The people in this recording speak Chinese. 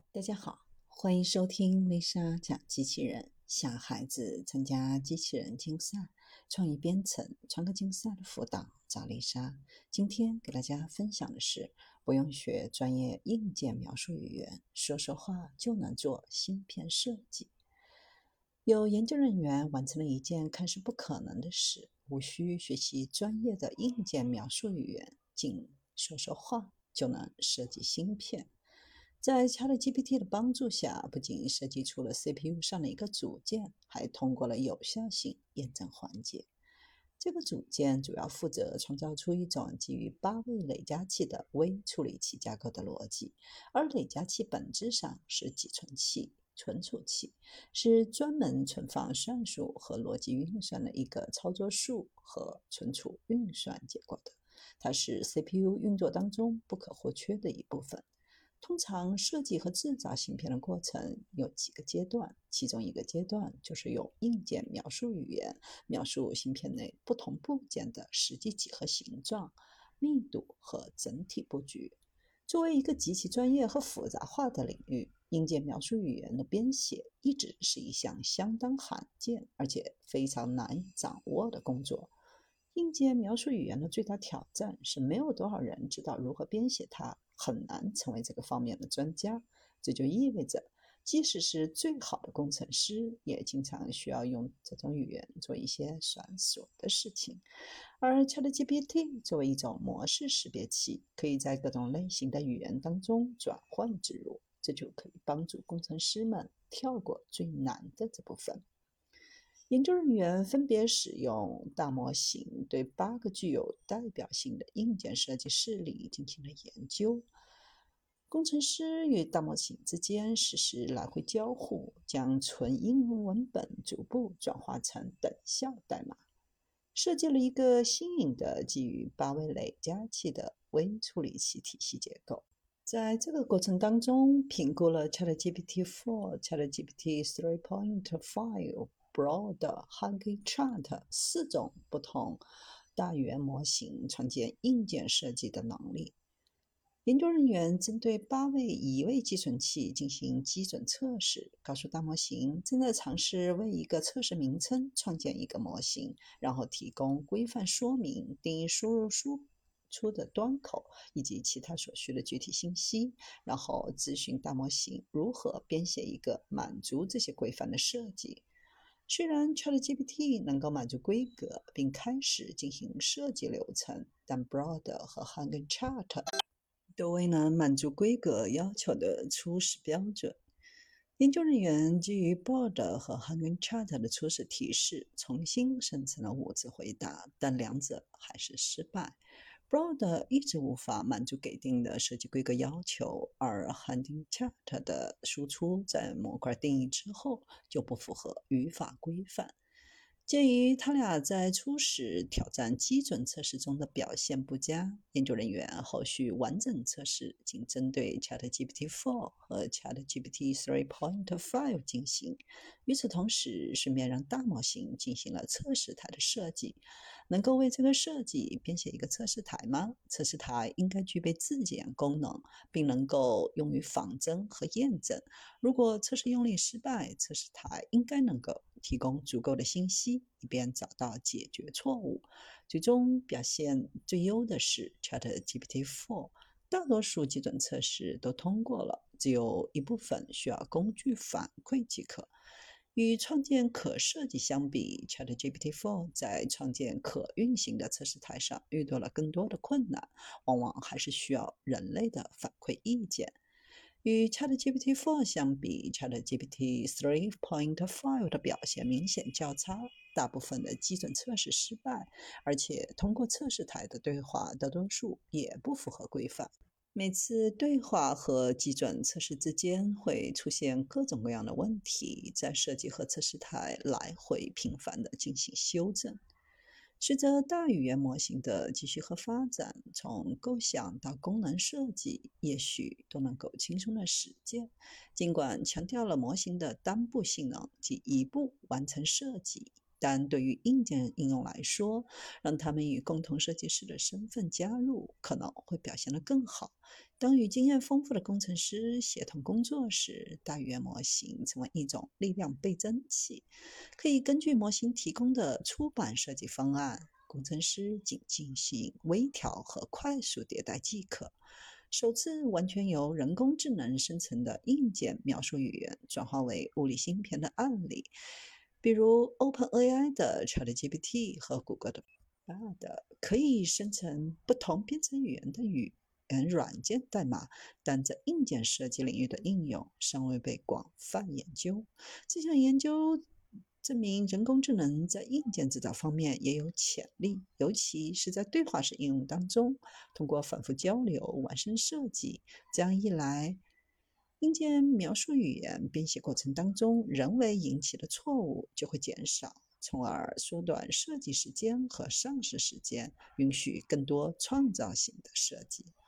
大家好，欢迎收听丽莎讲机器人。小孩子参加机器人竞赛、创意编程、创客竞赛的辅导，找丽莎。今天给大家分享的是，不用学专业硬件描述语言，说说话就能做芯片设计。有研究人员完成了一件看似不可能的事，无需学习专业的硬件描述语言，仅说说话就能设计芯片。在 ChatGPT 的帮助下，不仅设计出了 CPU 上的一个组件，还通过了有效性验证环节。这个组件主要负责创造出一种基于8位累加器的微处理器架构的逻辑，而累加器本质上是寄存器、存储器，是专门存放算术和逻辑运算的一个操作数和存储运算结果的。它是 CPU 运作当中不可或缺的一部分。通常设计和制造芯片的过程有几个阶段，其中一个阶段就是用硬件描述语言描述芯片内不同部件的实际几何形状、密度和整体布局。作为一个极其专业和复杂化的领域，硬件描述语言的编写一直是一项相当罕见而且非常难以掌握的工作。硬件描述语言的最大挑战是没有多少人知道如何编写它，很难成为这个方面的专家。这就意味着，即使是最好的工程师，也经常需要用这种语言做一些繁琐的事情。而 ChatGPT 作为一种模式识别器，可以在各种类型的语言当中转换植入，这就可以帮助工程师们跳过最难的这部分。研究人员分别使用大模型对8个具有代表性的硬件设计事例进行了研究。工程师与大模型之间实施来回交互，将纯英文本逐步转化成等效代码，设计了一个新颖的基于8位累加器的微处理器体系结构。在这个过程当中，评估了 ChatGPT 4、ChatGPT 3.5、Broad、Hugging Chart 4种不同大语言模型创建硬件设计的能力。研究人员针对8位移位寄存器进行基准测试，告诉大模型正在尝试为一个测试名称创建一个模型，然后提供规范说明、定义输入输出的端口以及其他所需的具体信息，然后咨询大模型如何编写一个满足这些规范的设计。虽然 ChatGPT 能够满足规格并开始进行设计流程，但 Broad 和 Hugging Chart 都未能满足规格要求的初始标准。研究人员基于 Broad 和 Hugging Chart 的初始提示，重新生成了5次回答，但两者还是失败。Broad 一直无法满足给定的设计规格要求，而 Hugging Chart 的输出在模块定义之后就不符合语法规范。鉴于他俩在初始挑战基准测试中的表现不佳，研究人员后续完整测试仅针对 ChatGPT 4和 ChatGPT 3.5进行。与此同时，顺便让大模型进行了测试台的设计。能够为这个设计编写一个测试台吗？测试台应该具备自检功能，并能够用于仿真和验证。如果测试用力失败，测试台应该能够提供足够的信息，以便找到解决错误。最终表现最优的是 ChatGPT 4，大多数基准测试都通过了，只有一部分需要工具反馈即可。与创建可设计相比， ChatGPT 4在创建可运行的测试台上遇到了更多的困难，往往还是需要人类的反馈意见。与 ChatGPT 4相比， ChatGPT 3.5的表现明显较差，大部分的基准测试失败，而且通过测试台的对话大多数也不符合规范。每次对话和基准测试之间会出现各种各样的问题，在设计和测试台来回频繁地进行修正。随着大语言模型的继续和发展，从构想到功能设计，也许都能够轻松的实践。尽管强调了模型的单步性能及一步完成设计，但对于硬件应用来说，让他们以共同设计师的身份加入，可能会表现得更好。 当与经验丰富的工程师协同工作时，大语言模型成为一种力量倍增器，可以根据模型提供的初版设计方案，工程师仅进行微调和快速迭代即可。首次完全由人工智能生成的硬件描述语言转化为物理芯片的案例，比如 OpenAI 的 ChatGPT 和谷歌的 Bard 可以生成不同编程语言的语言软件代码，但在硬件设计领域的应用尚未被广泛研究。这项研究证明，人工智能在硬件制造方面也有潜力，尤其是在对话式应用当中，通过反复交流完善设计。这样一来，硬件描述语言编写过程当中人为引起的错误就会减少，从而缩短设计时间和上市时间，允许更多创造性的设计。